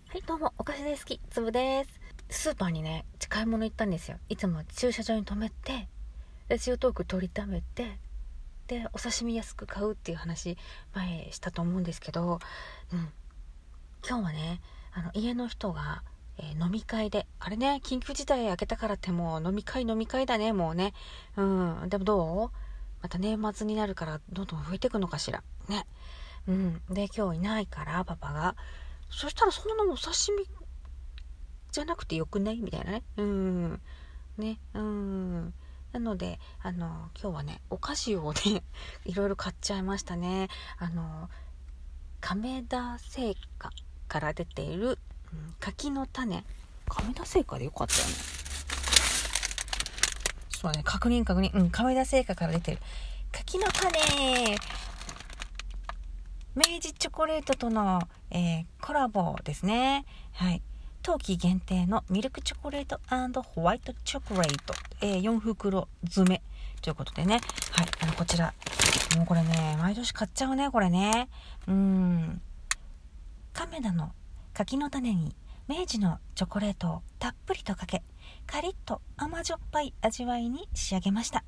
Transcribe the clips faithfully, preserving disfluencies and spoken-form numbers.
はい、どうも、お菓子大好き、つぶです。スーパーにね、買い物行ったんですよ。いつも駐車場に止めて、ラジオトーク取りためて、で、お刺身安く買うっていう話、前したと思うんですけど、うん。今日はね、あの、家の人が、えー飲み会で、あれね、緊急事態明けたからってもう飲み会飲み会だね、もうね。うん。でもどうまた年末になるからどんどん増えていくのかしら。ね。うん。で、今日いないから、パパが。そしたらそんなお刺身じゃなくてよくないみたいなね。うん。ね。うん。なので、あの、今日はね、お菓子をね、いろいろ買っちゃいましたね。あの、亀田製菓から出ている、うん、柿の種。亀田製菓でよかったよね。そうね、確認確認。うん、亀田製菓から出てる。柿の種明治チョコレートとの、えー、コラボですね。はい。冬季限定のミルクチョコレート&ホワイトチョコレート、えー、よん袋詰めということでね。はい。あの、こちら。もうこれね、毎年買っちゃうね、これね。うーん。亀田の柿の種に明治のチョコレートをたっぷりとかけ、カリッと甘じょっぱい味わいに仕上げました。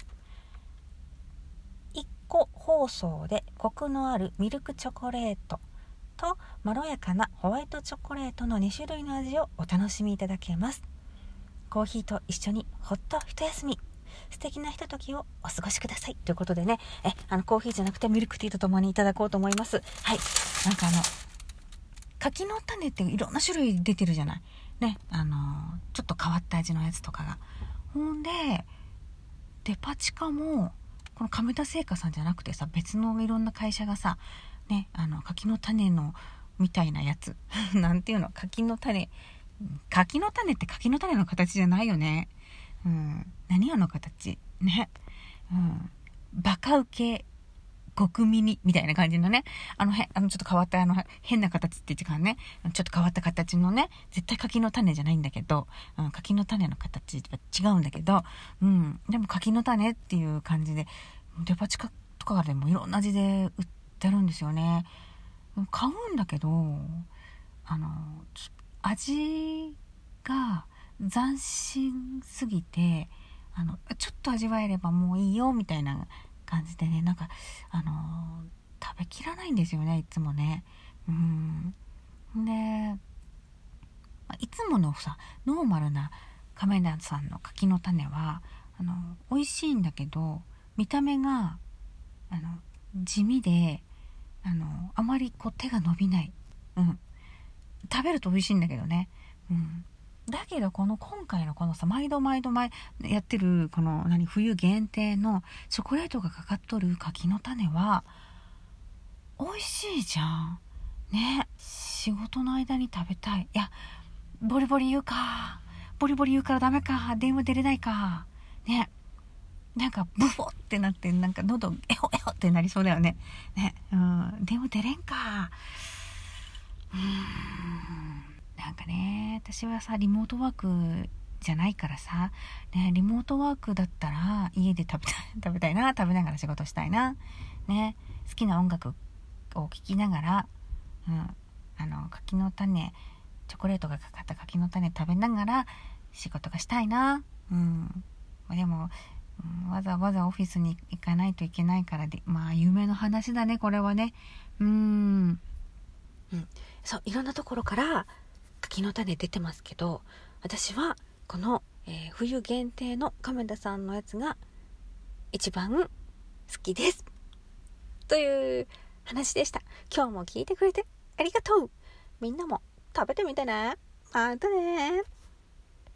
いっこ包装でコクのあるミルクチョコレートとまろやかなホワイトチョコレートのに種類の味をお楽しみいただけます。コーヒーと一緒にほっと一休み、素敵なひとときをお過ごしくださいということでね、えあのコーヒーじゃなくてミルクティーとともにいただこうと思います。はい。なんかあの柿の種っていろんな種類出てるじゃないね。あのちょっと変わった味のやつとかが。ほんでデパ地下もこの亀田製菓さんじゃなくてさ、別のいろんな会社がさね、あの柿の種のみたいなやつなんていうの、柿の種柿の種って柿の種の形じゃないよね。うん、何あの形ね。うん、バカウケ極ミニみたいな感じのね、あのへあのちょっと変わったあの変な形って言ってからね、ちょっと変わった形のね、絶対柿の種じゃないんだけど、うん、柿の種の形は違うんだけど、うん、でも柿の種っていう感じでデパ地下とかでもいろんな味で売ってるんですよね。買うんだけど、あの味が斬新すぎて、あのちょっと味わえればもういいよみたいな感じでね、なんかあのー、食べきらないんですよね、いつもね。うんで、いつものさノーマルな亀田さんの柿の種はあの美味しいんだけど、見た目があの地味で、あのあまりこう手が伸びない。うん食べると美味しいんだけどね。うんだけどこの今回のこのさ、毎度毎度毎やってるこの何冬限定のチョコレートがかかっとる柿の種は美味しいじゃんね。仕事の間に食べたい。いやボリボリ言うかボリボリ言うからダメか、電話出れないかね。なんかブフォってなって、なんか喉エホエホってなりそうだよね。ね、うん、電話出れんか。うーんなんかね、私はさリモートワークじゃないからさ、ね、リモートワークだったら家で食べたい食べたいな、食べながら仕事したいな、ね、好きな音楽を聴きながら、うん、あの柿の種チョコレートがかかった柿の種食べながら仕事がしたいな。うん、でも、うん、わざわざオフィスに行かないといけないからで、まあ夢の話だねこれはね。うーん、うん、そういろんなところから柿の種出てますけど、私はこの、えー、冬限定の亀田さんのやつが一番好きですという話でした。今日も聞いてくれてありがとう。みんなも食べてみてね。またね。